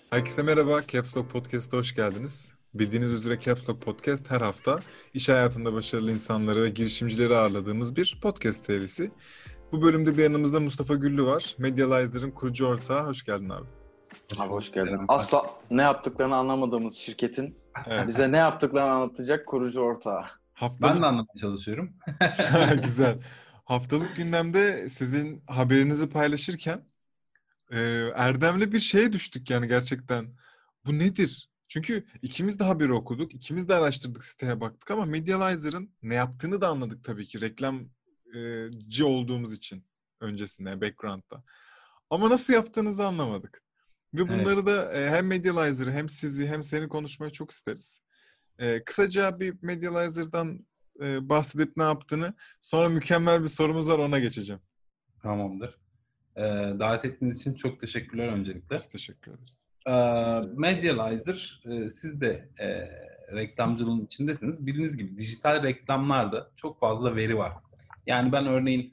Herkese merhaba, Caps Lock Podcast'a hoş geldiniz. Bildiğiniz üzere Caps Lock Podcast her hafta iş hayatında başarılı insanları ve girişimcileri ağırladığımız bir podcast serisi. Bu bölümde de yanımızda Mustafa Güllü var. Medializer'ın kurucu ortağı. Hoş geldin abi. Abi hoş geldin. Asla ne yaptıklarını anlamadığımız şirketin Evet. bize ne yaptıklarını anlatacak kurucu ortağı. Haftalık... Ben de anlamaya çalışıyorum. Güzel. Haftalık gündemde sizin haberinizi paylaşırken e, Erdem'le bir şeye düştük yani gerçekten. Bu nedir? Çünkü ikimiz de haberi okuduk, ikimiz de araştırdık, siteye baktık ama Medializer'ın ne yaptığını da anladık tabii ki reklamcı olduğumuz için öncesinde, background'da. Ama nasıl yaptığınızı anlamadık. Ve Evet. bunları da hem Medializer'ı hem sizi hem seni konuşmayı çok isteriz. Kısaca bir Medializer'dan bahsedip ne yaptığını, sonra mükemmel bir sorumuz var, ona geçeceğim. Tamamdır. Davet ettiğiniz için çok teşekkürler öncelikle. Biz teşekkür ederiz. Medializer, siz de reklamcılığın içindesiniz. Bildiğiniz gibi dijital reklamlarda çok fazla veri var. Yani ben örneğin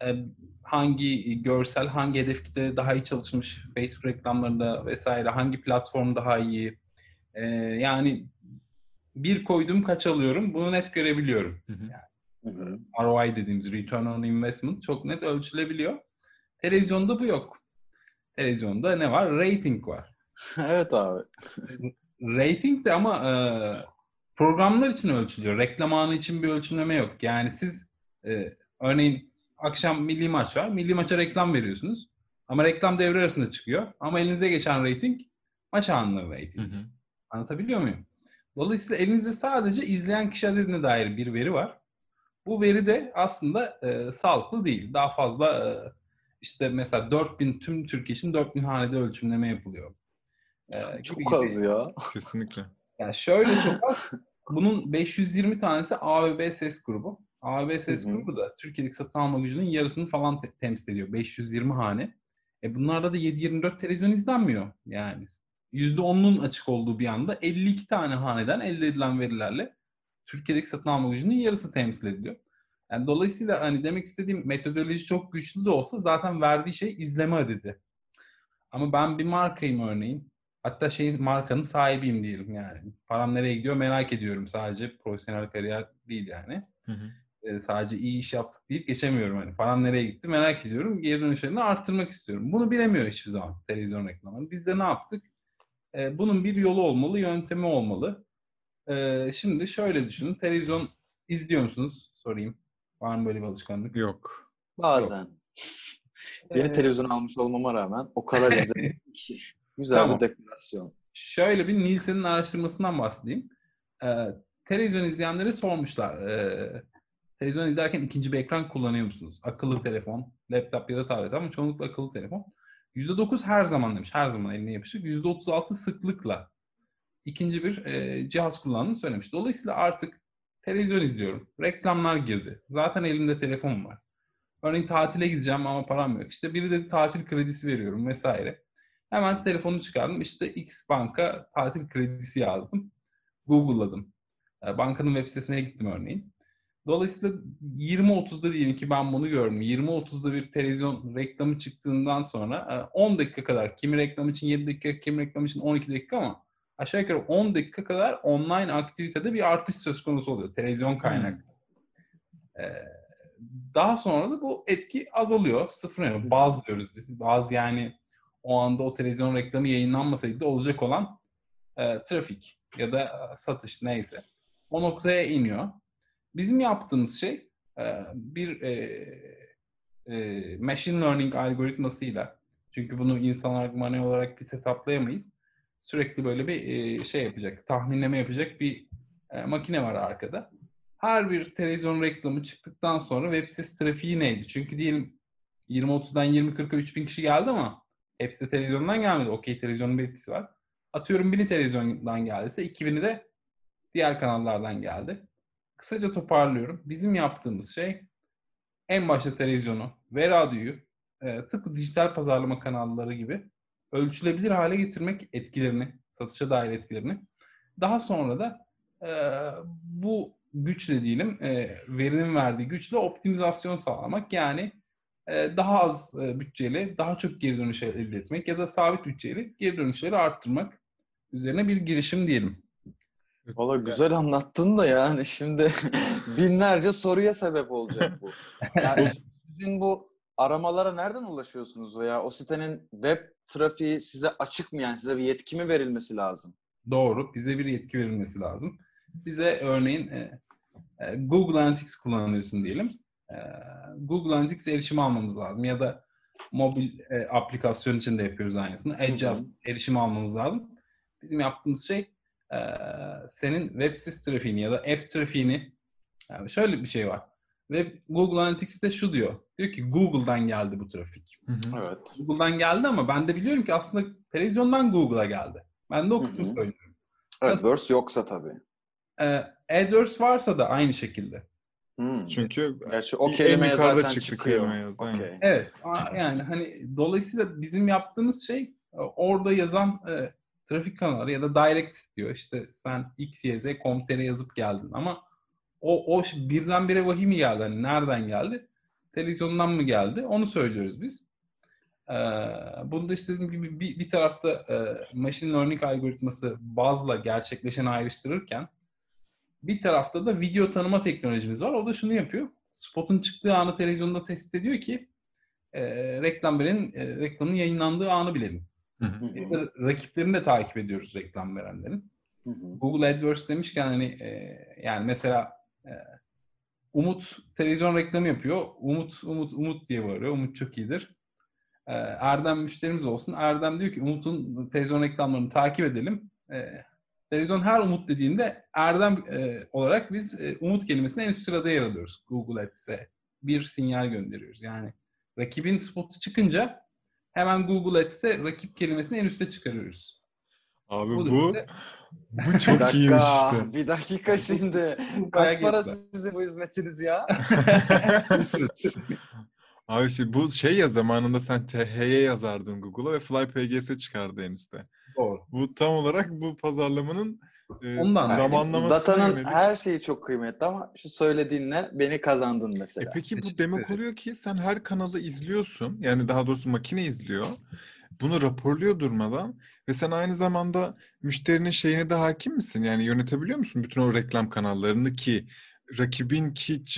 hangi görsel, hangi hedef kitle daha iyi çalışmış, Facebook reklamlarında vesaire, hangi platform daha iyi. Yani bir koyduğum kaç alıyorum, bunu net görebiliyorum. Hı hı. Yani, ROI dediğimiz Return on Investment çok net ölçülebiliyor. Televizyonda bu yok. Televizyonda ne var? Rating var. Evet abi. Rating de ama programlar için ölçülüyor. Reklam anı için bir ölçümleme yok. Yani siz örneğin akşam milli maç var. Milli maça reklam veriyorsunuz. Ama reklam devre arasında çıkıyor. Ama elinize geçen rating maç anları rating. Anlatabiliyor muyum? Dolayısıyla elinizde sadece izleyen kişi adedine dair bir veri var. Bu veri de aslında sağlıklı değil. Daha fazla işte mesela 4000 tüm Türkiye için 4000 hanede ölçümleme yapılıyor. Çok az ya. Kesinlikle. Yani şöyle çok az. Bunun 520 tanesi A ve B ses grubu. A ve B ses grubu da Türkiye'deki satın alma gücünün yarısını falan temsil ediyor. 520 hane. Bunlarda da 7/24 televizyon izlenmiyor yani. %10'un açık olduğu bir anda 52 tane haneden elde edilen verilerle Türkiye'deki satın alma gücünün yarısı temsil ediliyor. Yani dolayısıyla hani demek istediğim metodoloji çok güçlü de olsa zaten verdiği şey izleme adedi. Ama ben bir markayım örneğin. Hatta markanın sahibiyim diyelim yani. Param nereye gidiyor merak ediyorum. Sadece profesyonel kariyer değil yani. Hı hı. Sadece iyi iş yaptık deyip geçemiyorum. Hani param nereye gitti merak ediyorum. Geri dönüşlerini arttırmak istiyorum. Bunu bilemiyor hiçbir zaman televizyon reklamı. Biz de ne yaptık? Bunun bir yolu olmalı, yöntemi olmalı. Şimdi şöyle düşünün. Televizyon izliyor musunuz? Sorayım. Var mı böyle bir alışkanlık? Yok. Bazen. Yeni Ee, televizyon almış olmama rağmen o kadar izledim ki. Güzel Tamam. bir dekorasyon. Şöyle bir Nielsen'in araştırmasından bahsedeyim. Televizyon izleyenlere sormuşlar. Televizyon izlerken ikinci bir ekran kullanıyor musunuz? Akıllı telefon, laptop ya da tablet ama çoğunlukla akıllı telefon. %9 her zaman demiş. Her zaman eline yapışık. %36 sıklıkla ikinci bir cihaz kullandığını söylemiş. Dolayısıyla artık televizyon izliyorum. Reklamlar girdi. Zaten elimde telefon var. Örneğin tatile gideceğim ama param yok. İşte biri de tatil kredisi veriyorum vesaire. Hemen telefonu çıkardım. İşte X banka tatil kredisi yazdım. Google'ladım. Bankanın web sitesine gittim örneğin. Dolayısıyla 20.30'da diyelim ki ben bunu gördüm. 20.30'da bir televizyon reklamı çıktığından sonra 10 dakika kadar, kimi reklam için 7 dakika, kimi reklam için 12 dakika ama aşağı yukarı 10 dakika kadar online aktivitede bir artış söz konusu oluyor. Televizyon kaynaklı. Daha sonra da bu etki azalıyor. Sıfırlanıyor. Baz diyoruz biz. Baz yani o anda o televizyon reklamı yayınlanmasaydı da olacak olan trafik ya da satış neyse. O noktaya iniyor. Bizim yaptığımız şey bir machine learning algoritmasıyla, çünkü bunu insan olarak manuel olarak biz hesaplayamayız. Sürekli böyle bir şey yapacak, tahminleme yapacak bir makine var arkada. Her bir televizyon reklamı çıktıktan sonra web sitesi trafiği neydi? Çünkü diyelim 20-30'dan 20-40'a 3000 kişi geldi ama hepsi de televizyondan gelmedi. Okey, televizyonun bir etkisi var. Atıyorum 1000'i televizyondan geldiyse 2000'i de diğer kanallardan geldi. Kısaca toparlıyorum. Bizim yaptığımız şey en başta televizyonu ve radyoyu tıpkı dijital pazarlama kanalları gibi ölçülebilir hale getirmek, etkilerini, satışa dair etkilerini. Daha sonra da bu güçle diyelim, verinin verdiği güçle optimizasyon sağlamak. Yani daha az bütçeyle daha çok geri dönüş elde etmek ya da sabit bütçeyle geri dönüşleri arttırmak üzerine bir girişim diyelim. Valla güzel anlattın da yani şimdi binlerce soruya sebep olacak bu. Yani sizin bu aramalara nereden ulaşıyorsunuz veya o sitenin web trafiği size açık mı, yani size bir yetki mi verilmesi lazım? Doğru. Bize bir yetki verilmesi lazım. Bize örneğin Google Analytics kullanıyorsun diyelim. Google Analytics'e erişim almamız lazım. Ya da mobil aplikasyon için de yapıyoruz aynısını. Adjust erişim almamız lazım. Bizim yaptığımız şey senin web sitesi trafiğini ya da app trafiğini, yani şöyle bir şey var. Ve Google Analytics'te şu diyor. Diyor ki Google'dan geldi bu trafik. Evet. Google'dan geldi ama ben de biliyorum ki aslında televizyondan Google'a geldi. Ben de o kısmı söylüyorum. AdWords yoksa tabii. AdWords varsa da aynı şekilde. Çünkü Gerçi o en kelimeye yukarıda zaten çıktı çıkıyor. kelime yazdı. Aynen. Okay. Evet. Yani hani dolayısıyla bizim yaptığımız şey orada yazan trafik kanalları ya da direct diyor. İşte sen xyz.com.tr yazıp geldin ama o birdenbire vahiy mi geldi? Hani nereden geldi? Televizyondan mı geldi? Onu söylüyoruz biz. Bunda işte dediğim gibi bir tarafta machine learning algoritması bazla gerçekleşeni ayrıştırırken bir tarafta da video tanıma teknolojimiz var. O da şunu yapıyor. Spot'un çıktığı anı televizyonda tespit ediyor ki reklamın yayınlandığı anı bilelim. Rakiplerini de takip ediyoruz reklam verenlerin. Google AdWords demişken hani yani mesela Umut televizyon reklamı yapıyor. Umut diye bağırıyor. Umut çok iyidir. Erdem müşterimiz olsun. Erdem diyor ki Umut'un televizyon reklamlarını takip edelim. Televizyon her Umut dediğinde Erdem olarak biz Umut kelimesinin en üst sırada yer alıyoruz. Google Ads'e bir sinyal gönderiyoruz. Yani rakibin spotu çıkınca hemen Google Ads'e rakip kelimesini en üste çıkarıyoruz. Abi Bu bu çok iyiymiş işte. Bir dakika şimdi. Kaç para sizin bu hizmetiniz ya? Abi bu şey ya, zamanında sen TH'ye yazardın Google'a ve FlyPGS çıkardı en üstte. Doğru. Bu tam olarak bu pazarlamanın Ondan zamanlamasına datanın yönelik. her şeyi çok kıymetli ama şu söylediğinle beni kazandın mesela. Peki bu demek oluyor ki sen her kanalı izliyorsun. Yani daha doğrusu makine izliyor. Bunu raporluyor durmadan ve sen aynı zamanda müşterinin şeyine de hakim misin? Yani yönetebiliyor musun bütün o reklam kanallarını ki rakibin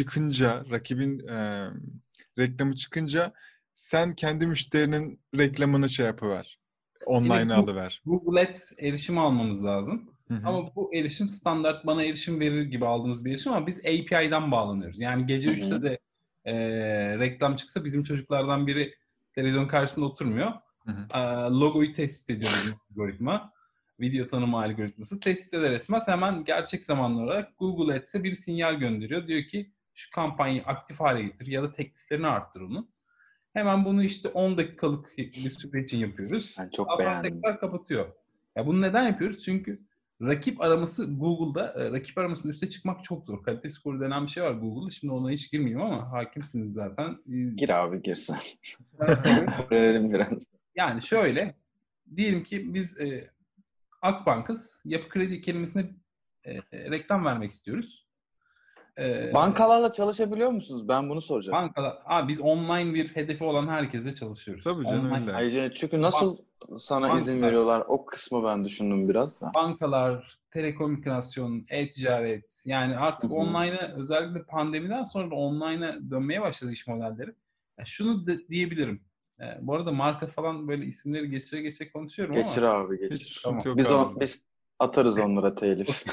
reklamı çıkınca sen kendi müşterinin reklamını şey yapıver. Online'a alıver. Google Ads erişimi almamız lazım. Hı. Ama bu erişim standart bana erişim verir gibi aldığımız bir erişim ama biz API'den bağlanıyoruz. Yani gece 3'te de reklam çıksa bizim çocuklardan biri televizyon karşısında oturmuyor. Logoyu tespit ediyor bizim algoritma. Video tanıma algoritması tespit eder etmez hemen gerçek zamanlı olarak Google Ads'e bir sinyal gönderiyor. Diyor ki şu kampanyayı aktif hale getir ya da tekliflerini arttır onu. Hemen bunu işte 10 dakikalık bir süre için yapıyoruz. Ben çok Daha sonra beğendim. tekrar kapatıyor. Ya bunu neden yapıyoruz? Çünkü rakip araması Google'da, rakip aramasının üste çıkmak çok zor. Kalite skoru denen bir şey var Google'da. Şimdi ona hiç girmeyeyim ama hakimsiniz zaten. Gir abi girsen. Öğrenelim biraz. Yani şöyle, diyelim ki biz Akbank'ız. Yapı Kredi kelimesine reklam vermek istiyoruz. Bankalarla çalışabiliyor musunuz? Ben bunu soracağım. Biz online bir hedefi olan herkese çalışıyoruz. Tabii canım öyle. Hayır, çünkü nasıl sana izin veriyorlar? O kısmı ben düşündüm biraz da. Bankalar, telekomünikasyon, e-ticaret, yani artık online'a, özellikle pandemiden sonra da online'a dönmeye başladı iş modelleri. Yani şunu diyebilirim. Bu arada marka falan böyle isimleri geçire konuşuyorum Geçir ama. abi geçir. Hiç Tamam. yok Biz atarız onlara telif.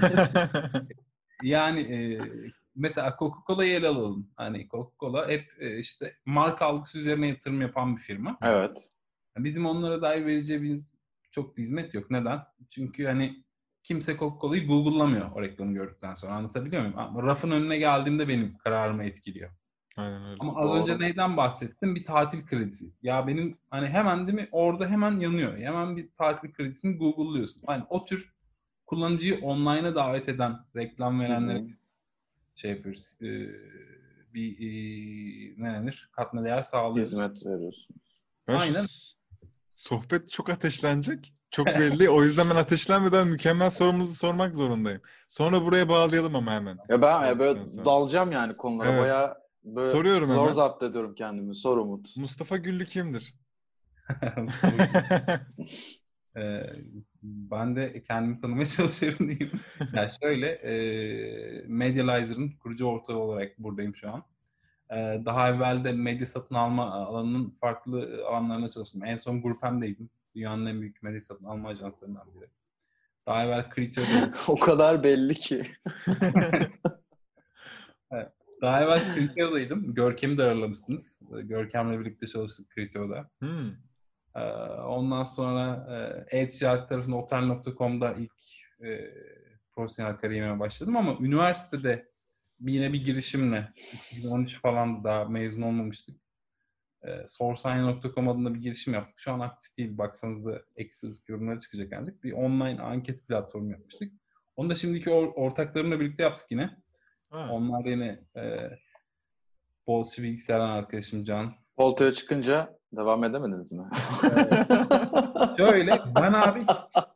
Yani mesela Coca-Cola'yı ele alalım. Hani Coca-Cola hep işte marka algısı üzerine yatırım yapan bir firma. Evet. Bizim onlara dair vereceğimiz çok bir hizmet yok. Neden? Çünkü hani kimse Coca-Cola'yı Google'lamıyor o reklamı gördükten sonra. Anlatabiliyor muyum? Ama rafın önüne geldiğimde benim kararımı etkiliyor. Aynen öyle. Ama az önce neyden bahsettim? Bir tatil kredisi. Ya benim hani hemen değil mi? Orada hemen yanıyor. Hemen bir tatil kredisini Google'lıyorsun. Yani o tür kullanıcıyı online'a davet eden, reklam verenlere şey yapıyoruz. Ne denir? Katma değer sağlıyoruz. Hizmet veriyorsunuz. Aynen. Sohbet çok ateşlenecek. Çok belli. O yüzden ben ateşlenmeden mükemmel sorumuzu sormak zorundayım. Sonra buraya bağlayalım ama hemen. Ya ben böyle dalacağım yani konulara. Evet. Bayağı Böyle Soruyorum zor hemen. zapt ediyorum kendimi. Sor Umut. Mustafa Güllü kimdir? Ben de kendimi tanımaya çalışıyorum diyeyim. Yani şöyle, Medializer'ın kurucu ortağı olarak buradayım şu an. Daha evvel de medya satın alma alanının farklı alanlarına çalıştım. En son Grupem'deydim. Dünyanın en büyük medya satın alma ajanslarından biri. Daha evvel Criteo'daydım. O kadar belli ki. Evet. Daha evvel Criteo'daydım. Görkem'i de ağırlamışsınız. Görkem'le birlikte çalıştık Criteo'da. Hmm. Ondan sonra e-ticaret tarafında Otel.com'da ilk profesyonel kariyerime başladım ama üniversitede yine bir girişimle 2013 falan daha mezun olmamıştık. Sourcine.com adında bir girişim yaptık. Şu an aktif değil. Baksanız da eksik yorumlara çıkacak ancak. Bir online anket platformu yapmıştık. Onu da şimdiki ortaklarımla birlikte yaptık yine. Ha. Onlar yine Boğaziçi Bilgisayar'dan arkadaşım Can. Volta'ya çıkınca devam edemediniz mi? Şöyle ben abi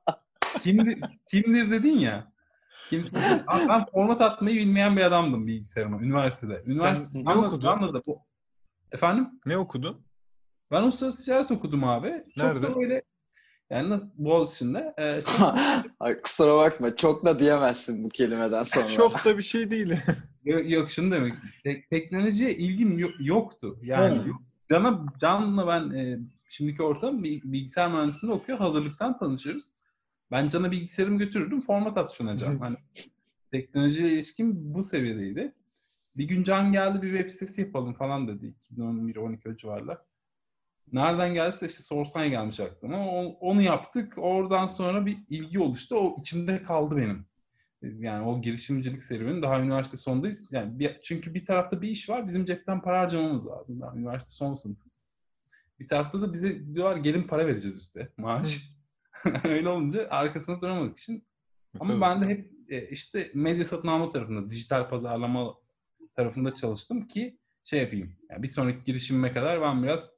kimdir dedin ya. Kimsin? Ben format atmayı bilmeyen bir adamdım bilgisayarıma üniversitede. Sen ne okudun? Anladı bu. Efendim? Ne okudun? Ben uluslararası ticaret okudum abi. Çok Nerede? da böyle yani Boğaziçi'nde. Çok Ay, kusura bakma. Çok da diyemezsin bu kelimeden sonra. Çok da bir şey değil. yok şunu demek istiyorum. Teknolojiye ilgim yoktu. Yani Hmm. Can'la ben şimdiki ortam bilgisayar mühendisliğinde okuyor. Hazırlıktan tanışıyoruz. Ben Can'a bilgisayarımı götürürdüm. Format atışlanacağım. Hani teknolojiyle ilişkim bu seviyedeydi. Bir gün Can geldi bir web sitesi yapalım falan dedi. 2011-12 o civarlar. Nereden gelse işte Sourcine gelmiş aklıma. Onu yaptık. Oradan sonra bir ilgi oluştu. O içimde kaldı benim. Yani o girişimcilik serüveni daha üniversite sonundayız. Yani çünkü bir tarafta bir iş var. Bizim cepten para harcamamız lazım. Daha üniversite son sınıfız. Bir tarafta da bize diyorlar gelin para vereceğiz üstte. Maaş. Öyle olunca arkasında duramadık için. Ama Tabii. ben de hep işte medya satın alma tarafında, dijital pazarlama tarafında çalıştım ki şey yapayım. Yani bir sonraki girişimime kadar ben biraz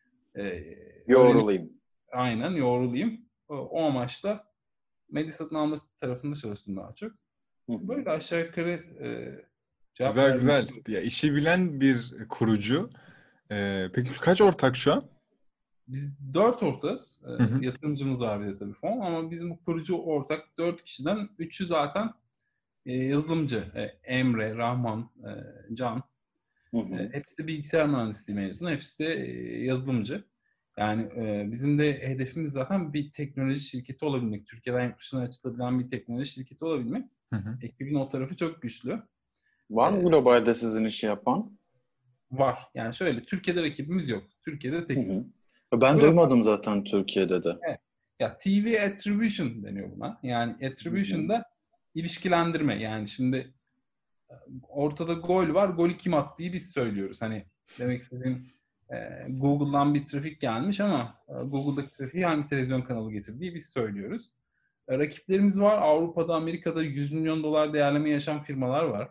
Yoğrulayım. aynen yoğrulayım. O amaçla medya satın alma tarafında çalıştım daha çok. Böyle aşağı yukarı cevap Güzel verdim. güzel. Ya işi bilen bir kurucu. Peki kaç ortak şu an? Biz 4 ortağız. Hı hı. Yatırımcımız var bir de tabii fon ama bizim kurucu ortak 4 kişiden 3'ü zaten yazılımcı. Emre, Rahman, Can. Hepsi de bilgisayar mühendisliği mezunu. Hepsi de yazılımcı. Yani bizim de hedefimiz zaten bir teknoloji şirketi olabilmek. Türkiye'den yurt dışına açılabilen bir teknoloji şirketi olabilmek. Hı hı. Ekibin o tarafı çok güçlü. Var mı globalde sizin işi yapan? Var. Yani şöyle Türkiye'de rakibimiz yok. Türkiye'de tekiz. Ben Global, duymadım zaten Türkiye'de de. evet. Ya TV attribution deniyor buna. Yani attribution da ilişkilendirme. Yani şimdi ortada gol var. Golü kim attığı biz söylüyoruz. Hani demek istediğim Google'dan bir trafik gelmiş ama Google'daki trafiği hangi televizyon kanalı getirdiği biz söylüyoruz. Rakiplerimiz var. Avrupa'da, Amerika'da 100 milyon dolar değerleme yaşayan firmalar var.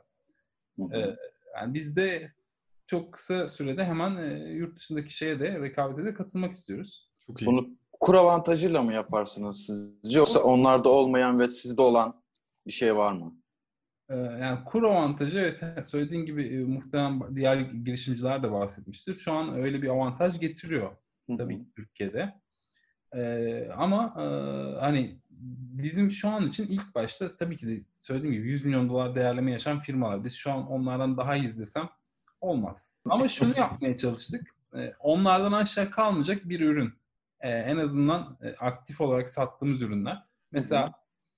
Yani biz de çok kısa sürede hemen yurt dışındaki şeye de rekabete de katılmak istiyoruz. Çok iyi. Bunu kur avantajıyla mı yaparsınız sizce? Yoksa onlarda olmayan ve sizde olan bir şey var mı? Yani kur avantajı evet söylediğin gibi muhtemelen diğer girişimciler de bahsetmiştir. Şu an öyle bir avantaj getiriyor tabii ki Türkiye'de. Ama hani bizim şu an için ilk başta tabii ki de söylediğim gibi 100 milyon dolar değerleme yaşayan firmalar. Biz şu an onlardan daha iyiyiz desem olmaz. Ama şunu yapmaya çalıştık. Onlardan aşağı kalmayacak bir ürün. En azından aktif olarak sattığımız ürünler. Mesela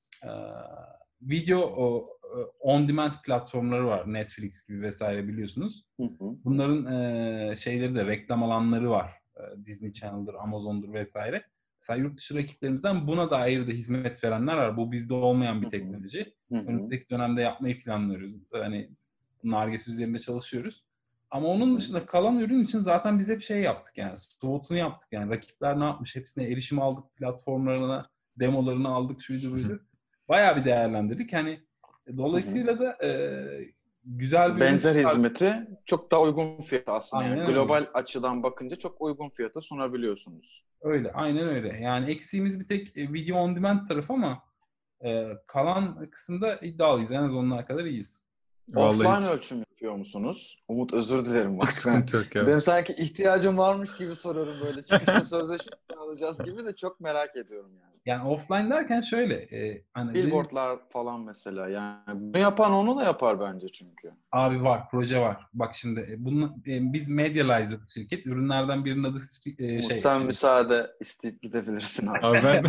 video on demand platformları var. Netflix gibi vesaire biliyorsunuz. Bunların şeyleri de reklam alanları var. Disney Channel'dır, Amazon'dur vesaire. Mesela yurt dışı rakiplerimizden buna dair de hizmet verenler var. Bu bizde olmayan bir teknoloji. Önümüzdeki dönemde yapmayı planlıyoruz. Hani Nargis üzerinde çalışıyoruz. Ama onun dışında kalan ürün için zaten biz hep şey yaptık yani. Soğutunu yaptık yani. Rakipler ne yapmış? Hepsine erişim aldık. Platformlarına, demolarını aldık. Şuydu buydu. Bayağı bir değerlendirdik. Hani dolayısıyla da güzel bir benzer ürün hizmeti çok daha uygun fiyata aslında. Aynen Yani öyle. global açıdan bakınca çok uygun fiyata sunabiliyorsunuz. Öyle, aynen öyle. Yani eksiğimiz bir tek video on demand tarafı ama kalan kısımda iddialıyız. En az onlar kadar iyiyiz. Vallahi Offline hiç, ölçüm yapıyor musunuz? Umut, özür dilerim hiç bak ben. sıkıntı yok ya. Benim sanki ihtiyacım varmış gibi soruyorum, böyle çıkışta sözleşme alacağız gibi, de çok merak ediyorum yani. Yani offline derken şöyle hani Billboardlar falan mesela, yani bunu yapan onu da yapar bence çünkü. abi var, proje var. Bak şimdi biz Medializer şirket, ürünlerden birinin adı Umut, sen müsaade isteyip gidebilirsin abi. Abi ben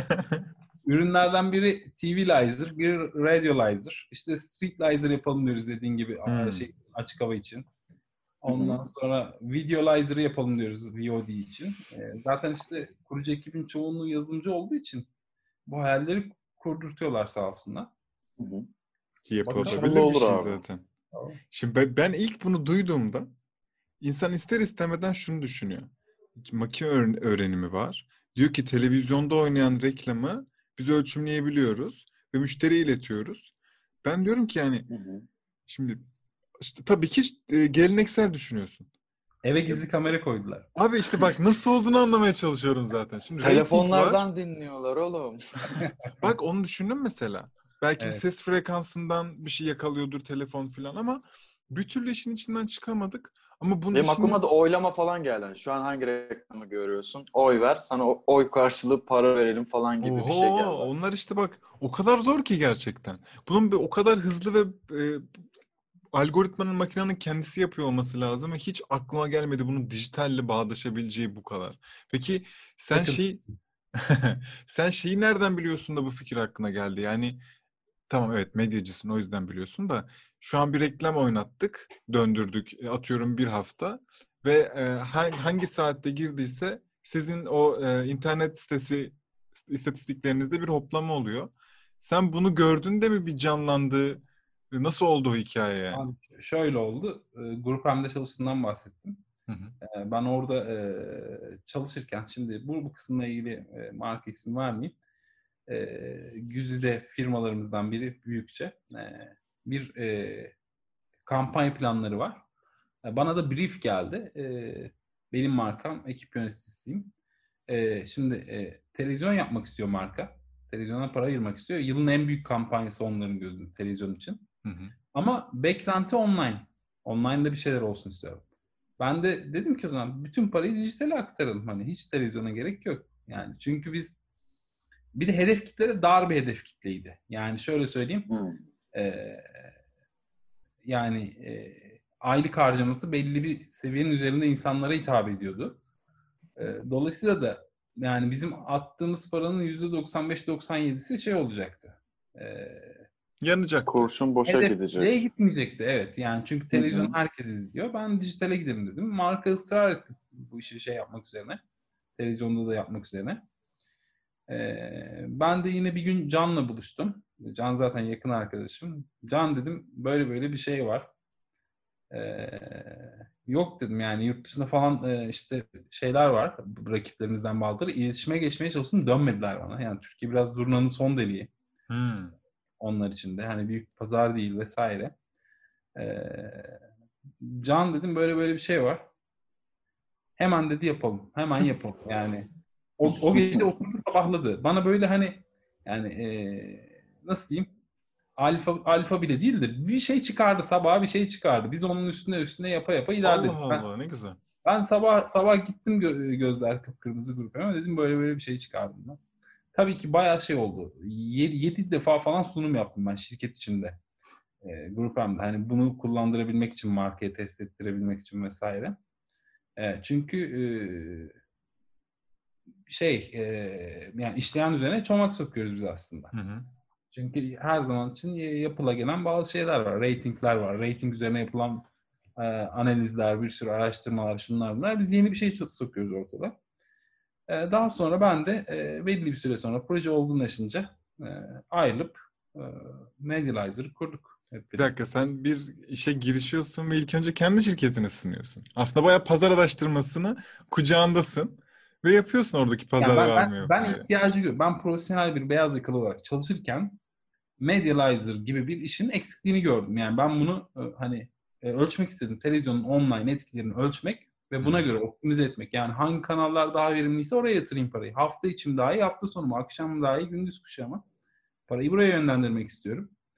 ürünlerden biri TV'lizer, biri Radiolizer. İşte Streetlizer yapalım diyoruz dediğin gibi Hmm. açık hava için. Hı hı. Ondan sonra Videolizer yapalım diyoruz VOD için. Zaten işte kurucu ekibin çoğunluğu yazılımcı olduğu için bu hayalleri kurdurtuyorlar sağ olsunlar. Hı hı. Bakalım. İnşallah yapılabilir bir olur şey abi. zaten. Tamam. Şimdi ben ilk bunu duyduğumda insan ister istemeden şunu düşünüyor. Makine öğrenimi var. Diyor ki televizyonda oynayan reklamı biz ölçümleyebiliyoruz ve müşteriye iletiyoruz. Ben diyorum ki yani Hı hı. şimdi işte tabii ki geleneksel düşünüyorsun. Eve gizli kamera koydular. Abi işte bak nasıl olduğunu anlamaya çalışıyorum zaten. Şimdi rating var. Telefonlardan dinliyorlar oğlum. Bak onu düşündüm mesela. Belki bir Evet. ses frekansından bir şey yakalıyordur telefon falan ama bir türlü işin içinden çıkamadık. Ama bunun Benim işini aklıma da oylama falan geldi. Şu an hangi reklamı görüyorsun? Oy ver, sana oy karşılığı para verelim falan gibi bir şey oho geldi. onlar işte bak o kadar zor ki gerçekten. Bunun o kadar hızlı ve algoritmanın makinenin kendisi yapıyor olması lazım ve hiç aklıma gelmedi bunun dijitalle bağdaşabileceği bu kadar. Peki sen Sakın. şey sen şeyi nereden biliyorsun da bu fikir hakkına geldi? Yani tamam evet medyacısın o yüzden biliyorsun da şu an bir reklam oynattık, döndürdük atıyorum bir hafta ve hangi saatte girdiyse sizin o internet sitesi istatistiklerinizde bir hoplama oluyor. Sen bunu gördüğünde mi bir canlandı? Nasıl oldu o hikaye yani? Abi şöyle oldu. Grup M'de çalıştığımdan bahsettim. Hı hı. Ben orada çalışırken, şimdi bu kısımla ilgili marka ismi vermeyeyim. Güzide firmalarımızdan biri büyükçe bir kampanya planları var. Bana da brief geldi. Benim markam, ekip yöneticisiyim. Şimdi televizyon yapmak istiyor marka. Televizyona para ayırmak istiyor. Yılın en büyük kampanyası onların gözünde televizyon için. Hı hı. Ama beklenti online. Online'da bir şeyler olsun istiyorum. Ben de dedim ki o zaman bütün parayı dijitale aktaralım. Hani hiç televizyona gerek yok. Yani çünkü biz bir de hedef kitle de dar bir hedef kitleydi. Yani şöyle söyleyeyim. Hı. E, yani aylık harcaması belli bir seviyenin üzerinde insanlara hitap ediyordu. Dolayısıyla da yani bizim attığımız paranın %95-97'si şey olacaktı. Yanacaktı. Kurşun boşa Hedeflere gidecek. gitmeyecekti, evet. Yani çünkü Hı televizyon hı. herkes izliyor. Ben dijitale gidelim dedim. Marka ısrar etti bu işi şey yapmak üzerine. Televizyonda da yapmak üzerine. Ben de yine bir gün Can'la buluştum. Can zaten yakın arkadaşım. Can dedim böyle böyle bir şey var. Ee, Yok dedim yani yurt dışında falan işte şeyler var. Rakiplerimizden bazıları. İletişime geçmeye çalıştım. Dönmediler bana. Yani Türkiye biraz zurnanın son deliği Hmm. onlar için de. Hani büyük pazar değil vesaire. Ee, Can dedim böyle böyle bir şey var. Hemen dedi yapalım. Hemen yapalım. Yani o gece oturdu sabahladı. Bana böyle hani yani nasıl diyeyim? Alfa bile değil de bir şey çıkardı, sabah bir şey çıkardı. Biz onun üstüne yapa yapa Allah ilerledik. Allah ne güzel. Ben sabah gittim gözler kıpkırmızı grup ama dedim böyle böyle bir şey çıkardım ben. Tabii ki bayağı şey oldu. 7 defa falan sunum yaptım ben şirket içinde. Grup M'de. Hani bunu kullandırabilmek için, markaya test ettirebilmek için vesaire. Çünkü yani işleyen üzerine çomak sokuyoruz biz aslında. Hı hı. Çünkü her zaman için yapıla gelen bazı şeyler var. Ratingler var. Rating üzerine yapılan analizler, bir sürü araştırmalar, şunlar bunlar. Biz yeni bir şey sokuyoruz ortada. Daha sonra ben de belli bir süre sonra proje olgunlaşınca ayrılıp Medializer'ı kurduk hep Bir birlikte. dakika sen bir işe girişiyorsun ve ilk önce kendi şirketini sunuyorsun. Aslında bayağı pazar araştırmasını kucağındasın ve yapıyorsun oradaki Yani pazar var mı yok mu diye. ben profesyonel bir beyaz yakalı olarak çalışırken Medializer gibi bir işin eksikliğini gördüm. Yani ben bunu hani ölçmek istedim. Televizyonun online etkilerini ölçmek ve Hı buna hı. göre optimize etmek. Yani hangi kanallar daha verimliyse oraya yatırayım parayı. Hafta içim daha iyi, hafta sonu mu, akşam mı daha iyi, gündüz kuşağı mı? Parayı buraya yönlendirmek istiyorum.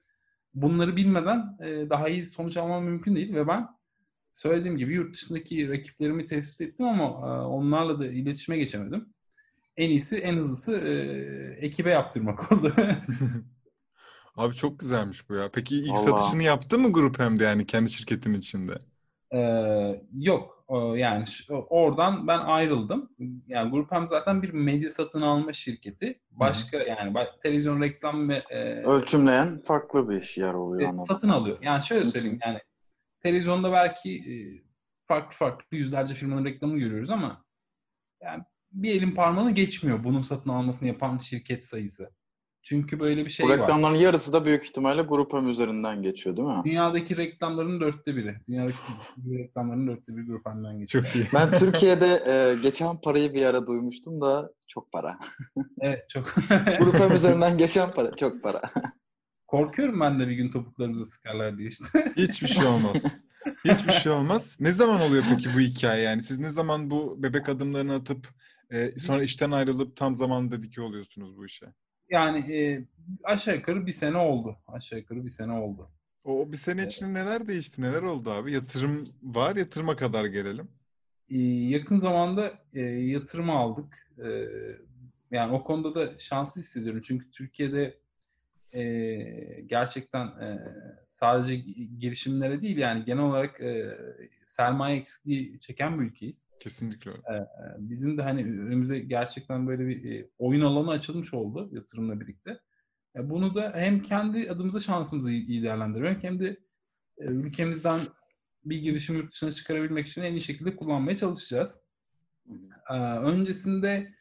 bunları bilmeden daha iyi sonuç almam mümkün değil ve ben söylediğim gibi yurt dışındaki rakiplerimi tespit ettim ama onlarla da iletişime geçemedim. En iyisi, en hızlısı ekibe yaptırmak oldu. Abi çok güzelmiş bu ya. Peki ilk Vallahi. satışını yaptı mı grup hem de yani kendi şirketin içinde? Yok. Yani oradan ben ayrıldım. Yani Grupam zaten bir medya satın alma şirketi. Başka yani televizyon reklam ve Ölçümleyen farklı bir yer oluyor anladım. satın alıyor. Yani şöyle söyleyeyim, yani televizyonda belki farklı farklı yüzlerce firmanın reklamını görüyoruz ama yani bir elin parmağını geçmiyor bunun satın almasını yapan şirket sayısı. Çünkü böyle bir Bu şey var. reklamların yarısı da büyük ihtimalle Groupam üzerinden geçiyor değil mi? Dünyadaki reklamların 1/4'i. Dünyadaki reklamların 1/4'i Grupam'dan geçiyor. Çok iyi. Ben Türkiye'de geçen parayı bir ara duymuştum da çok para. Evet, çok. Groupam üzerinden geçen para çok para. Korkuyorum ben de bir gün topuklarımıza sıkarlar diye işte. Hiçbir şey olmaz. Hiçbir şey olmaz. Ne zaman oluyor peki bu hikaye yani? Siz ne zaman bu bebek adımlarını atıp sonra işten ayrılıp tam zamanlı dedike oluyorsunuz bu işe? Yani aşağı yukarı bir sene oldu. Aşağı yukarı bir sene oldu. O bir sene içinde neler değişti? Neler oldu abi? Yatırım var. Yatırıma kadar gelelim. Yakın zamanda yatırım aldık. Yani o konuda da şanslı hissediyorum. Çünkü Türkiye'de gerçekten sadece girişimlere değil, yani genel olarak sermaye eksikliği çeken bir ülkeyiz. Kesinlikle öyle. Bizim de hani önümüze gerçekten böyle bir oyun alanı açılmış oldu yatırımla birlikte. Bunu da hem kendi adımıza şansımızı iyi değerlendirmek hem de ülkemizden bir girişim yurt dışına çıkarabilmek için en iyi şekilde kullanmaya çalışacağız. Öncesinde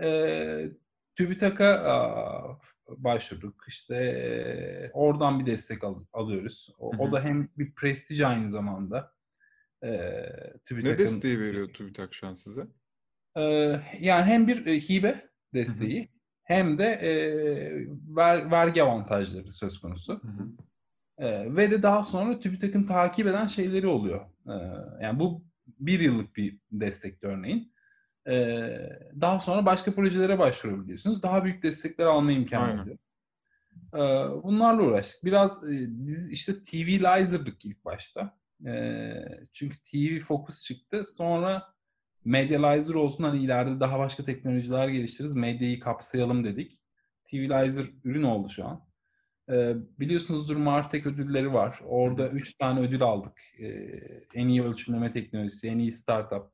TÜBİTAK'a başvurduk. İşte oradan bir destek alıyoruz. O da hem bir prestij aynı zamanda. Ne TÜBİTAK'ın desteği veriyor TÜBİTAK şu an size? yani hem bir hibe desteği hem de vergi avantajları söz konusu. Ve de daha sonra TÜBİTAK'ın takip eden şeyleri oluyor. Yani bu 1 yıllık bir destekti örneğin. Daha sonra başka projelere başvurabiliyorsunuz. Daha büyük destekler alma imkanı oluyor. Bunlarla uğraştık. Biraz biz işte TV'liser'dık ilk başta. Çünkü TV Focus çıktı. Sonra Medializer olsun, hani ileride daha başka teknolojiler geliştiririz. Medyayı kapsayalım dedik. TV'lizer ürün oldu şu an. Biliyorsunuzdur, Martech ödülleri var. Orada 3 tane ödül aldık. En iyi ölçümleme teknolojisi, en iyi startup.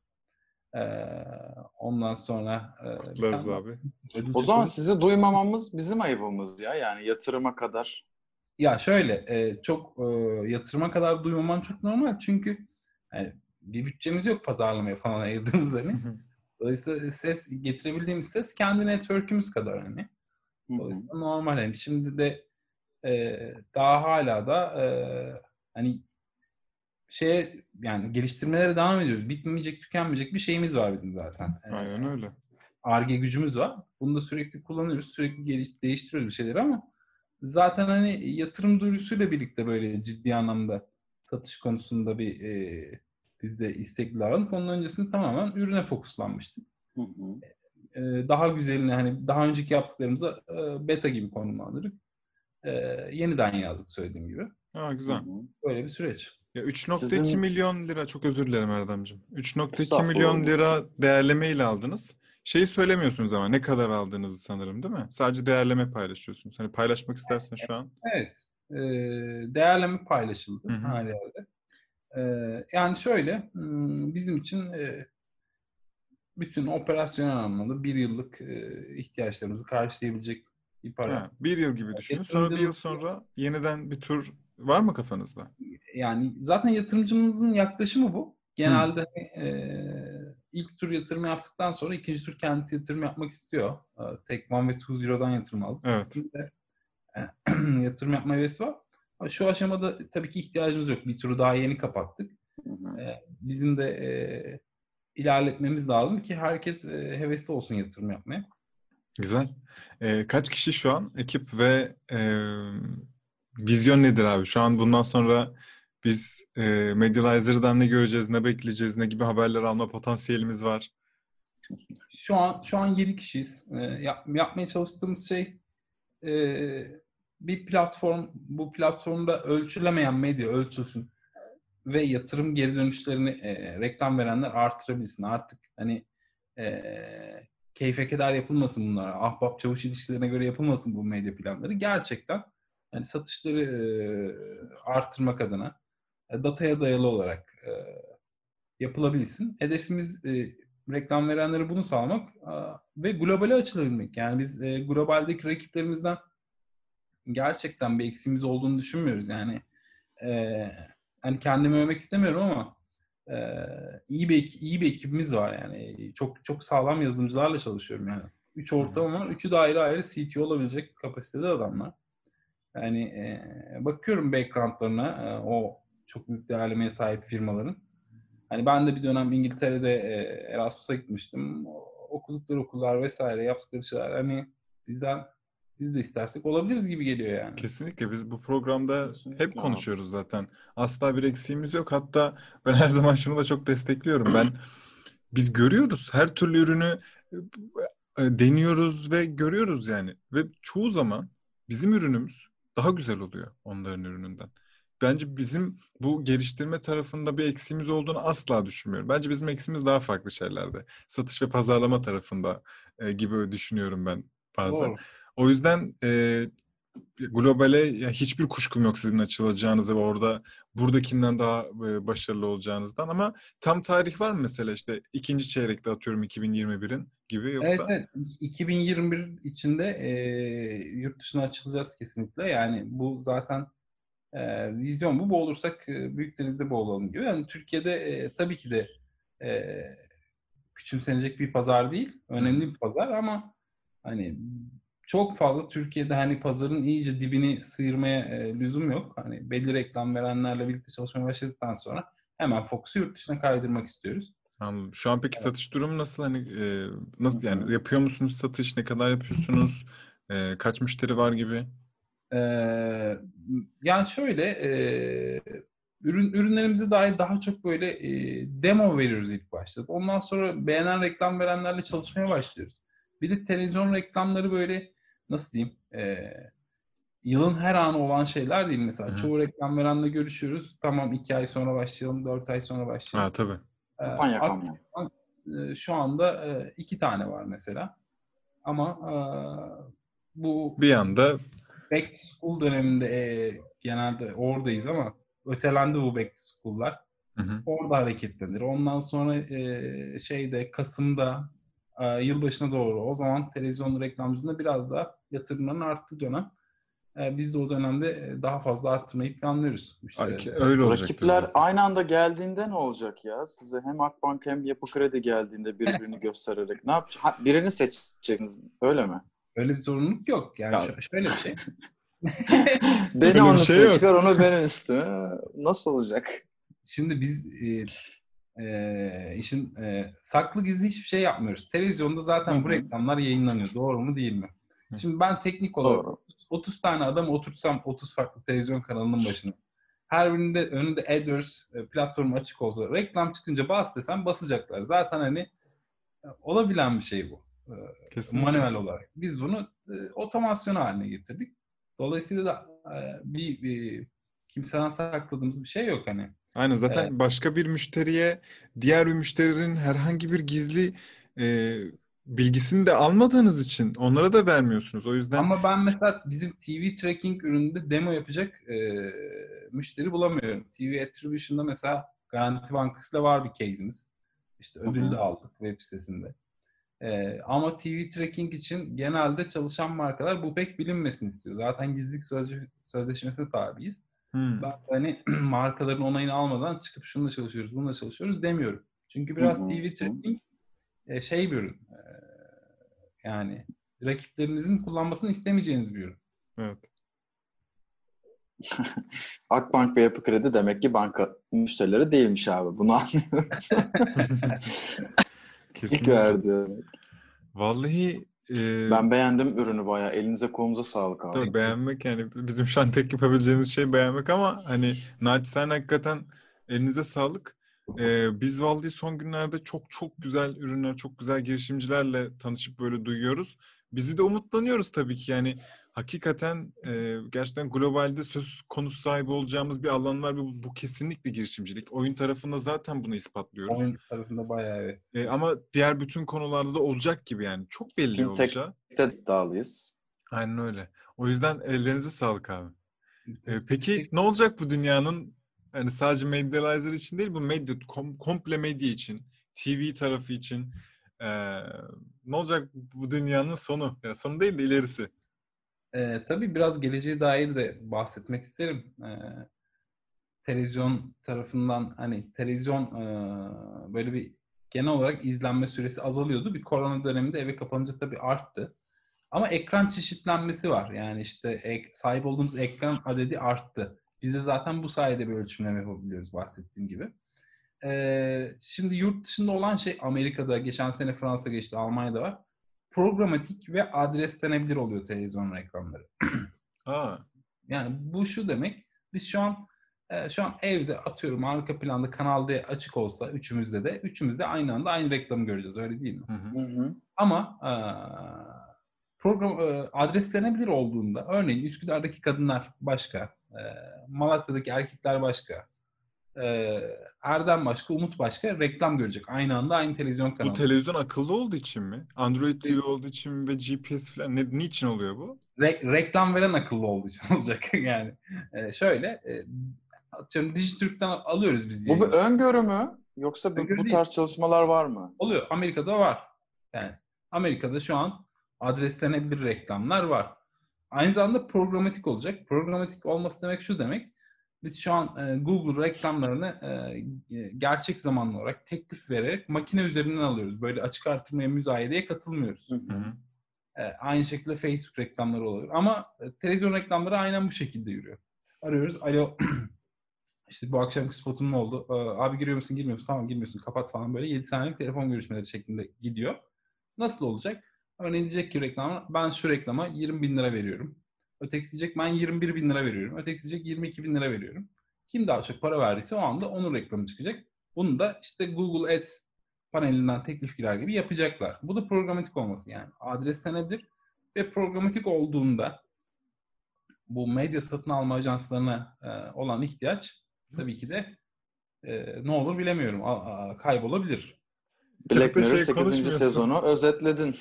Ondan sonra Kutlarız abi. O zaman sizi duymamamız bizim ayıbımız ya. Yani yatırıma kadar. Ya şöyle, çok yatırıma kadar duymaman çok normal. Çünkü yani bir bütçemiz yok pazarlamaya falan ayırdığımız hani. Dolayısıyla ses getirebildiğimiz ses kendi network'ümüz kadar hani. Dolayısıyla normal hani. Şimdi de daha hala da hani yani geliştirmelere devam ediyoruz. Bitmeyecek, tükenmeyecek bir şeyimiz var bizim zaten. Aynen öyle. Ar-Ge gücümüz var. Bunu da sürekli kullanıyoruz. Sürekli değiştiriyoruz bir şeyleri ama zaten hani yatırım duyurusuyla birlikte böyle ciddi anlamda satış konusunda bir biz de istekli davrandık. Onun öncesinde tamamen ürüne fokuslanmıştık. Daha güzelini, hani daha önceki yaptıklarımıza beta gibi konumlandırıp yeniden yazdık söylediğim gibi. Güzel. Böyle bir süreç. Ya 3.2 milyon lira, çok özür dilerim Erdemciğim. 3.2 milyon Estağfurullah. lira değerleme ile aldınız. Şeyi söylemiyorsunuz ama ne kadar aldığınızı sanırım, değil mi? Sadece değerleme paylaşıyorsunuz. Hani paylaşmak istersen şu an. Evet. Değerleme paylaşıldı her yerde. Yani şöyle, bizim için bütün operasyonel anlamda 1 yıllık ihtiyaçlarımızı karşılayabilecek bir para. 1 yıl gibi düşünün. Sonra 1 yıl sonra yeniden bir tur var mı kafanızda? Yani zaten yatırımcımızın yaklaşımı bu. Genelde ilk tur yatırım yaptıktan sonra ikinci tur kendisi yatırım yapmak istiyor. Tek One ve Two Zero'dan yatırım aldık. Evet. İkisinde yatırım yapma hevesi var. Ama şu aşamada tabii ki ihtiyacımız yok. Bir turu daha yeni kapattık. Bizim de ilerletmemiz lazım ki herkes hevesli olsun yatırım yapmaya. Güzel. Kaç kişi şu an ekip ve vizyon nedir abi? Şu an bundan sonra biz Medializer'dan ne göreceğiz, ne bekleyeceğiz, ne gibi haberler alma potansiyelimiz var? Şu an 7 kişiyiz. Yapmaya çalıştığımız şey bir platform, bu platformda ölçülemeyen medya ölçülsün ve yatırım geri dönüşlerini reklam verenler artırabilsin. Artık hani keyfe keder yapılmasın bunlar. Ahbap çavuş ilişkilerine göre yapılmasın bu medya planları. Gerçekten hani satışları artırmak adına dataya dayalı olarak yapılabilsin. Hedefimiz reklam verenlere bunu sağlamak ve globale açılabilmek. Yani biz globaldeki rakiplerimizden gerçekten bir eksiğimiz olduğunu düşünmüyoruz. Yani hani kendimi övmek istemiyorum ama iyi bir ekibimiz var yani. Çok çok sağlam yazılımcılarla çalışıyorum yani. 3 ortağım var. Üçü de ayrı ayrı CTO olabilecek kapasitede adamlar. Yani bakıyorum backgroundlarına o çok büyük değerlemeye sahip firmaların. Hani ben de bir dönem İngiltere'de Erasmus'a gitmiştim. Okudukları okullar vesaire yaptıkları şeyler hani biz de istersek olabiliriz gibi geliyor yani. Kesinlikle biz bu programda Kesinlikle hep abi. konuşuyoruz zaten. Asla bir eksiğimiz yok. Hatta ben her zaman şunu da çok destekliyorum. Biz görüyoruz her türlü ürünü deniyoruz ve görüyoruz yani. Ve çoğu zaman bizim ürünümüz daha güzel oluyor onların ürününden. Bence bizim bu geliştirme tarafında bir eksiğimiz olduğunu asla düşünmüyorum. Bence bizim eksiğimiz daha farklı şeylerde. Satış ve pazarlama tarafında gibi düşünüyorum ben bazen. Doğru. O yüzden globale ya hiçbir kuşkum yok sizin açılacağınızı ve buradakinden daha başarılı olacağınızdan, ama tam tarih var mı mesela, işte ikinci çeyrekte atıyorum 2021'in gibi, Evet, yoksa? evet. 2021 içinde yurt dışına açılacağız kesinlikle. Yani bu zaten vizyon bu. Boğulursak büyük denizde boğulalım gibi. Yani Türkiye'de tabii ki de e, küçümsenecek bir pazar değil. Önemli bir pazar ama hani çok fazla Türkiye'de hani pazarın iyice dibini sıyırmaya lüzum yok. Hani belli reklam verenlerle birlikte çalışmaya başladıktan sonra hemen fokusu yurt dışına kaydırmak istiyoruz. Anladım. Şu an peki satış durumu nasıl? Hani Hı nasıl, hı. yani yapıyor musunuz satış? Ne kadar yapıyorsunuz? Kaç müşteri var gibi? Ee, Yani şöyle ürünlerimize dair daha çok böyle demo veriyoruz ilk başta. Ondan sonra beğenen reklam verenlerle çalışmaya başlıyoruz. Bir de televizyon reklamları böyle nasıl diyeyim yılın her anı olan şeyler değil. Hı Mesela hı. çoğu reklam verenle görüşüyoruz. Tamam 2 ay sonra başlayalım, 4 ay sonra Ha, başlayalım. tabii. Kampanya Aktif kampanya. olan, şu anda 2 tane var mesela. Ama bu Bir anda back to school döneminde genelde oradayız ama ötelendi bu back to school'lar. hı hı. Orada hareketlenir. Ondan sonra Kasım'da yılbaşına doğru o zaman televizyon reklamcılığında biraz daha yatırımların arttığı dönem. Biz de o dönemde daha fazla arttırmayı planlıyoruz müşterileri. Öyle olacaktır Rakipler zaten. aynı anda geldiğinde ne olacak ya? Size hem Akbank hem Yapı Kredi geldiğinde birbirini göstererek ne yapacaksınız? Birini seçeceksiniz, öyle mi? Öyle bir zorunluluk yok. Yani Ya, şöyle bir şey. Beni öyle bir onun şey üstüne yok. çıkar, onu benim üstüme. Nasıl olacak? Şimdi biz işin saklı gizli hiçbir şey yapmıyoruz. Televizyonda Hı zaten bu hı. reklamlar yayınlanıyor. Doğru mu değil mi? Hı. Şimdi ben teknik olarak Doğru. 30 tane adam oturtsam 30 farklı televizyon kanalının başına. Her birinde önünde AdWords platformu açık olsa reklam çıkınca bas desem basacaklar. Zaten hani olabilen bir şey bu. Kesinlikle. Manuel olarak. Biz bunu otomasyon haline getirdik. Dolayısıyla da bir kimseden sakladığımız bir şey yok hani. Aynen, E, zaten başka bir müşteriye diğer bir müşterinin herhangi bir gizli e, bilgisini de almadığınız için onlara da vermiyorsunuz. O yüzden Ama ben mesela bizim TV tracking ürününde demo yapacak müşteri bulamıyorum. TV Attribution'da mesela Garanti Bankası'yla var bir case'imiz. İşte Hı ödül de hı. aldık web sitesinde. Ama TV tracking için genelde çalışan markalar bu pek bilinmesini istiyor. Zaten gizlilik sözleşmesine tabiiz. hmm, Ben hani markaların onayını almadan çıkıp şununla çalışıyoruz, bununla çalışıyoruz demiyorum. Çünkü Hı biraz hı. TV tracking şey bir ürün. Yani rakiplerinizin kullanmasını istemeyeceğiniz bir ürün. evet. Akbank ve Yapı Kredi demek ki banka müşterileri değilmiş abi. Bunu anlıyoruz. İlk Kesinlikle. verdi. Vallahi Ben beğendim ürünü bayağı. Elinize kolunuza sağlık abi. tabii beğenmek, yani bizim şu an tek yapabileceğimiz şey beğenmek, ama hani naçizane hakikaten elinize sağlık. Biz vallahi son günlerde çok çok güzel ürünler, çok güzel girişimcilerle tanışıp böyle duyuyoruz. Bizi de umutlanıyoruz tabii ki, yani hakikaten gerçekten globalde söz konusu sahibi olacağımız bir alan var. Bu kesinlikle girişimcilik. Oyun tarafında zaten bunu ispatlıyoruz. Oyun tarafında bayağı evet. Ama diğer bütün konularda da olacak gibi yani. Çok belli olacağı. Fintech'te iddialıyız. Aynen öyle. O yüzden ellerinize sağlık abi. Peki Teşekkür- ne olacak bu dünyanın, yani sadece Medializer için değil, bu medya, komple medya için, TV tarafı için ne olacak bu dünyanın sonu? Ya sonu değil de ilerisi. Tabii biraz geleceğe dair de bahsetmek isterim. Televizyon tarafından hani televizyon böyle bir genel olarak izlenme süresi azalıyordu. Bir korona döneminde eve kapanınca tabii arttı. Ama ekran çeşitlenmesi var. Yani işte sahip olduğumuz ekran adedi arttı. Biz de zaten bu sayede bir ölçümleme yapabiliyoruz bahsettiğim gibi. Şimdi yurt dışında olan şey Amerika'da, geçen sene Fransa geçti, Almanya'da var. Programatik ve adreslenebilir oluyor televizyon reklamları. Aa, Yani bu şu demek, biz şu an evde atıyorum arka planda Kanal D açık olsa üçümüzde aynı anda aynı reklamı göreceğiz, öyle değil mi? hı hı. Hı hı. Ama adreslenebilir olduğunda örneğin Üsküdar'daki kadınlar başka, Malatya'daki erkekler başka, Erdem başka, Umut başka reklam görecek. Aynı anda aynı televizyon Bu kanalında. televizyon akıllı olduğu için mi? Android TV olduğu için mi ve GPS falan? Niçin oluyor bu? Reklam veren akıllı olduğu için olacak yani. Atıyorum Dijitürk'ten alıyoruz biz Bu bir yayıncı. öngörü mü? Yoksa Öngörü bu değil. tarz çalışmalar var mı? Oluyor. Amerika'da var. Yani Amerika'da şu an adreslenebilir reklamlar var. Aynı zamanda programatik olacak. Programatik olması demek şu demek. Biz şu an Google reklamlarını gerçek zamanlı olarak teklif vererek makine üzerinden alıyoruz. Böyle açık artırmaya, müzayedeye katılmıyoruz. Hı Hı hı. hı. Aynı şekilde Facebook reklamları oluyor. Ama televizyon reklamları aynen bu şekilde yürüyor. Arıyoruz. Alo, işte bu akşamki spotum ne oldu? Abi giriyor musun, girmiyor musun? Tamam, girmiyorsun, kapat falan, böyle 7 saniyelik telefon görüşmeleri şeklinde gidiyor. Nasıl olacak? Örneğin diyecek ki reklama, ben şu reklama 20 bin lira veriyorum. Ötekisi diyecek ben 21 bin lira veriyorum. Ötekisi diyecek 22 bin lira veriyorum. Kim daha çok para verdiyse o anda onun reklamı çıkacak. Bunu da işte Google Ads panelinden teklif girer gibi yapacaklar. Bu da programatik olması yani. Adreslenebilir ve programatik olduğunda bu medya satın alma ajanslarına olan ihtiyaç tabii ki de ne olur bilemiyorum. Kaybolabilir. Çok Black da Mirror şey 8. konuşmuyorsun. sezonu özetledin.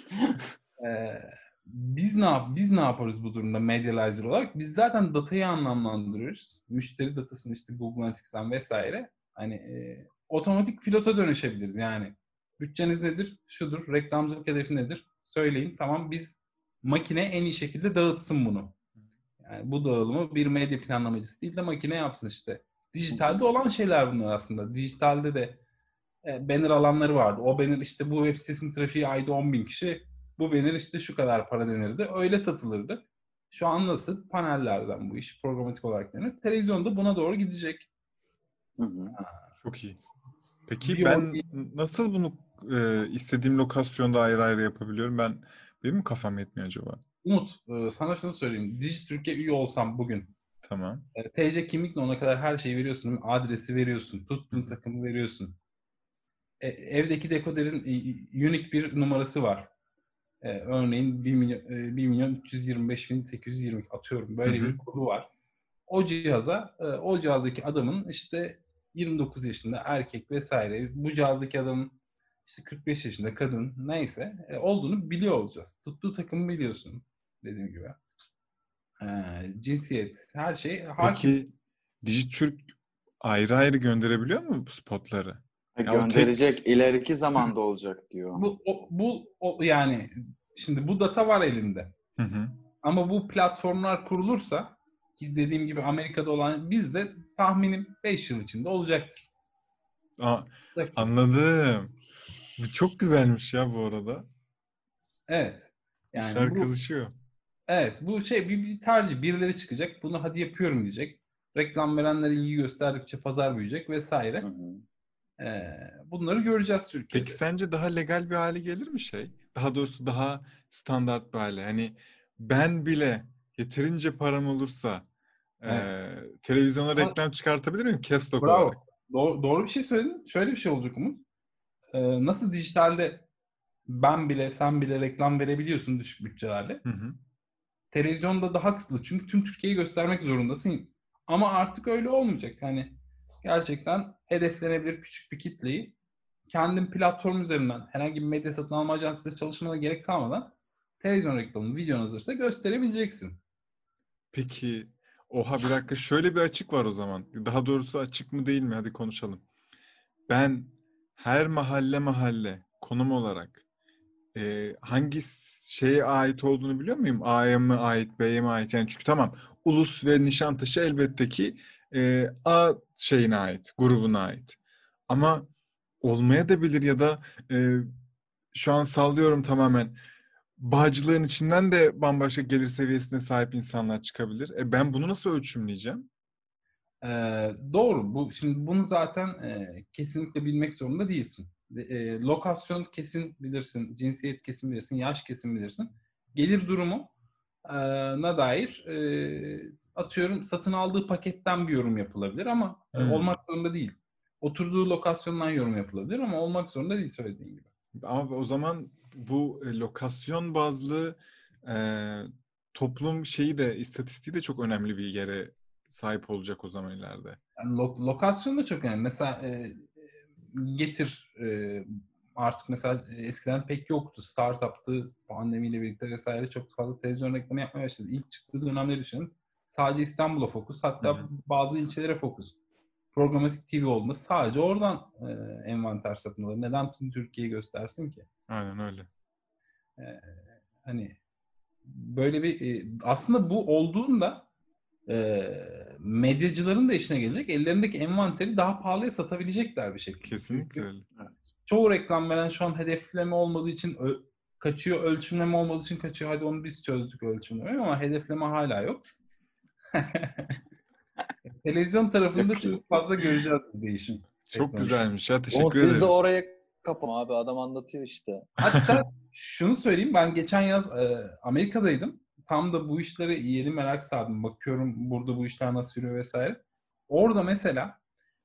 Biz ne yaparız bu durumda Medializer olarak? Biz zaten datayı anlamlandırıyoruz. Müşteri datasını işte Google Analytics'ten vesaire. Hani otomatik pilota dönüşebiliriz yani. Bütçeniz nedir? Şudur. Reklamcılık hedefi nedir? Söyleyin. Tamam, biz makine en iyi şekilde dağıtsın bunu. Yani bu dağılımı bir medya planlamacısı değil de makine yapsın işte. Dijitalde olan şeyler bunlar aslında. Dijitalde de banner alanları vardı. O banner işte bu web sitesinin trafiği ayda 10 bin kişi. Bu banner işte şu kadar para denirdi. Öyle satılırdı. Şu an nasıl? Panellerden bu iş programatik olarak dönüyor. Televizyonda buna doğru gidecek. Hı hı. Çok iyi. Peki Bir ben nasıl bunu istediğim lokasyonda ayrı ayrı yapabiliyorum? Benim mi kafam yetmiyor acaba? Umut, sana şunu söyleyeyim. Dijitürk'e üye olsam bugün, Tamam. TC kimlik ona kadar her şeyi veriyorsun. Adresi veriyorsun. Hı Tuttuğun hı. takımı veriyorsun. Evdeki dekoderin unique bir numarası var. Örneğin 1 milyon 325 bin 820 atıyorum. Hı Böyle hı. bir kodu var. O cihazdaki adamın işte 29 yaşında erkek vesaire, bu cihazdaki adamın işte 45 yaşında kadın neyse olduğunu biliyor olacağız. Tuttuğu takımı biliyorsun dediğim gibi. Cinsiyet, her şey hakimsin. Peki Dijitürk ayrı ayrı gönderebiliyor mu bu spotları? Ya o tek... Gönderecek, ileriki zamanda olacak diyor. Yani şimdi bu data var elinde. Hı hı. Ama bu platformlar kurulursa, ki dediğim gibi Amerika'da olan, bizde tahminim 5 yıl içinde olacaktır. Aa, anladım. Bu çok güzelmiş ya bu arada. Evet. İşler Yani kızışıyor. bu şey bir tercih. Birileri çıkacak. Bunu hadi yapıyorum diyecek. Reklam verenler ilgi gösterdikçe pazar büyüyecek Hı vesaire. hı. Bunları göreceğiz Peki Türkiye'de. sence daha legal bir hale gelir mi şey? Daha doğrusu daha standart bir hale. Hani ben bile yeterince param olursa Evet. televizyona Ama reklam çıkartabilir miyim Caps Lock olarak? bravo. Doğru bir şey söyledin. Şöyle bir şey olacak Umut. Nasıl dijitalde ben bile sen bile reklam verebiliyorsun düşük bütçelerle. Hı hı. Televizyonda daha kısıtlı. Çünkü tüm Türkiye'yi göstermek zorundasın. Ama artık öyle olmayacak. Hani gerçekten hedeflenebilir küçük bir kitleyi kendin platform üzerinden herhangi bir medya satın alma ajansıyla çalışmana gerek kalmadan televizyon reklamını videon hazırsa gösterebileceksin. Peki, oha bir dakika, şöyle bir açık var o zaman. Daha doğrusu açık mı değil mi? Hadi konuşalım. Ben her mahalle konum olarak hangi şeye ait olduğunu biliyor muyum? A'ya mı ait, B'ye mi ait? Yani çünkü tamam, Ulus ve Nişantaşı elbette ki A şeyine ait, grubuna ait. Ama olmaya da bilir ya da e, şu an sallıyorum tamamen. Bağcılığın içinden de bambaşka gelir seviyesine sahip insanlar çıkabilir. Ben bunu nasıl ölçümleyeceğim? Doğru. Şimdi bunu zaten kesinlikle bilmek zorunda değilsin. Lokasyon kesin bilirsin, cinsiyet kesin bilirsin, yaş kesin bilirsin. Gelir durumu na dair atıyorum satın aldığı paketten bir yorum yapılabilir ama olmak zorunda değil. Oturduğu lokasyondan yorum yapılabilir ama olmak zorunda değil söylediğin gibi. Ama o zaman bu lokasyon bazlı e, toplum şeyi de, istatistiği de çok önemli bir yere sahip olacak o zaman ileride. Yani lokasyon da çok önemli. Mesela Getir artık mesela eskiden pek yoktu. Startup'tı, pandemiyle birlikte vesaire çok fazla televizyon reklamı yapmaya başladı. İlk çıktığı dönemleri düşünün. Sadece İstanbul'a fokus, hatta bazı ilçelere fokus. Programatik TV olduğunda sadece oradan envanter satın alır. Neden tüm Türkiye'yi göstersin ki? Aynen öyle. E, Hani böyle bir aslında bu olduğunda medyacıların da işine gelecek. Ellerindeki envanteri daha pahalıya satabilecekler bir şekilde. Kesinlikle Çünkü öyle. çoğu reklam veren şu an hedefleme olmadığı için kaçıyor, ölçümleme olmadığı için kaçıyor. Hadi onu biz çözdük ölçümlemeyi ama hedefleme hala yok. Televizyon tarafında Çok iyi. çok fazla göreceğiz bir değişim. Çok Teknoloji. güzelmiş ya. Teşekkür Umut biz de ederiz. oraya kapam abi. Adam anlatıyor işte. Hatta şunu söyleyeyim, ben geçen yaz Amerika'daydım. Tam da bu işlere yeni merak sardım. Bakıyorum burada bu işler nasıl yürüyor vesaire. Orada mesela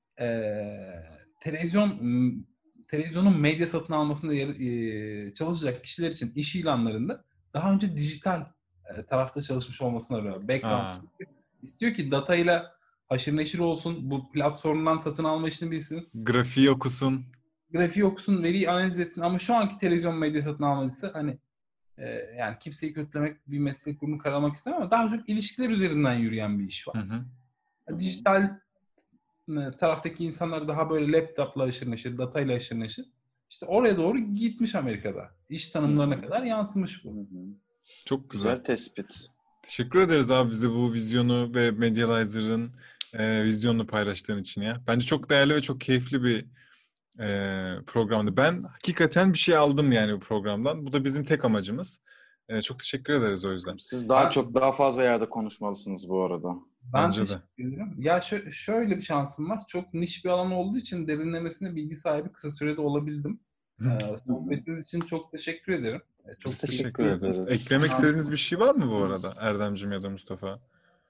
televizyonun medya satın almasında çalışacak kişiler için iş ilanlarında daha önce dijital tarafta çalışmış olmasını arıyor. Background. Aa, İstiyor ki datayla haşır neşir olsun, bu platformdan satın alma işini bilsin, grafiği okusun. grafiği okusun, veriyi analiz etsin. Ama şu anki televizyon medya satın almacısı hani yani kimseyi kötülemek, bir meslek grubunu karalamak istemem ama daha çok ilişkiler üzerinden yürüyen bir iş var. Hı hı. Dijital taraftaki insanlar daha böyle laptopla aşırı neşir, datayla aşırı neşir. İşte oraya doğru gitmiş Amerika'da. İş tanımlarına kadar yansımış bu. Çok güzel. Güzel tespit. Teşekkür ederiz abi, bize bu vizyonu ve Medializer'ın vizyonunu paylaştığın için ya. Bence çok değerli ve çok keyifli bir programdı. Ben hakikaten bir şey aldım yani bu programdan. Bu da bizim tek amacımız. Çok teşekkür ederiz o yüzden. Siz daha fazla yerde konuşmalısınız bu arada. Ben Bence de. teşekkür ederim. Ya şöyle bir şansım var. Çok niş bir alan olduğu için derinlemesine bilgi sahibi kısa sürede olabildim. Sohbetiniz için çok teşekkür ederim. Çok Biz teşekkür ederiz. Eklemek istediğiniz bir şey var mı bu arada Erdemciğim ya da Mustafa?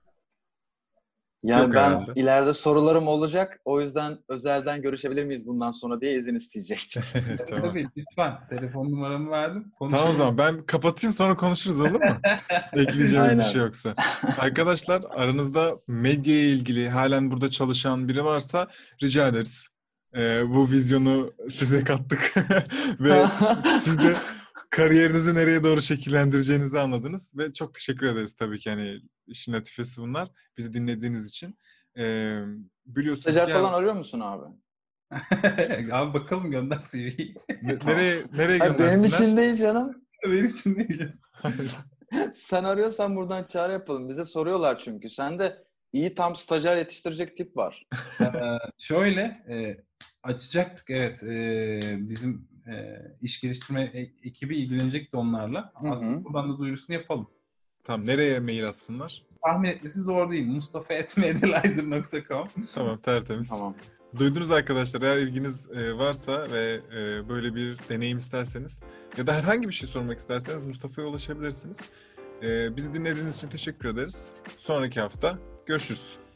Yani Yok ben herhalde. ileride sorularım olacak. O yüzden özelden görüşebilir miyiz bundan sonra diye izin isteyecektim. Tamam. Tabii lütfen. Telefon numaramı verdim. Tamam o zaman ben kapatayım, sonra konuşuruz, olur mu? Ekleyeceğimiz bir Aynen. şey yoksa. Arkadaşlar, aranızda medya ile ilgili halen burada çalışan biri varsa rica ederiz. Bu vizyonu size kattık ve siz de kariyerinizi nereye doğru şekillendireceğinizi anladınız ve çok teşekkür ederiz tabii ki, hani işin latifesi bunlar. Bizi dinlediğiniz için. Biliyorsunuz Stajyer ki falan arıyor musun abi? Abi bakalım, gönder CV'yi. nereye Hayır, göndersinler? benim için değil canım. Benim için değil. Sen arıyorsan buradan çağrı yapalım. Bize soruyorlar çünkü. Sende iyi tam stajyer yetiştirecek tip var. Şöyle açacaktık, evet. Bizim iş geliştirme ekibi ilgilenecekti onlarla. Aslında buradan da duyurusunu yapalım. Tamam, nereye mail atsınlar? Tahmin etmesi zor değil. mustafa@medializer.com. Tamam, tertemiz. Tamam. Duydunuz arkadaşlar, eğer ilginiz varsa ve böyle bir deneyim isterseniz ya da herhangi bir şey sormak isterseniz Mustafa'ya ulaşabilirsiniz. Bizi dinlediğiniz için teşekkür ederiz. Sonraki hafta görüşürüz.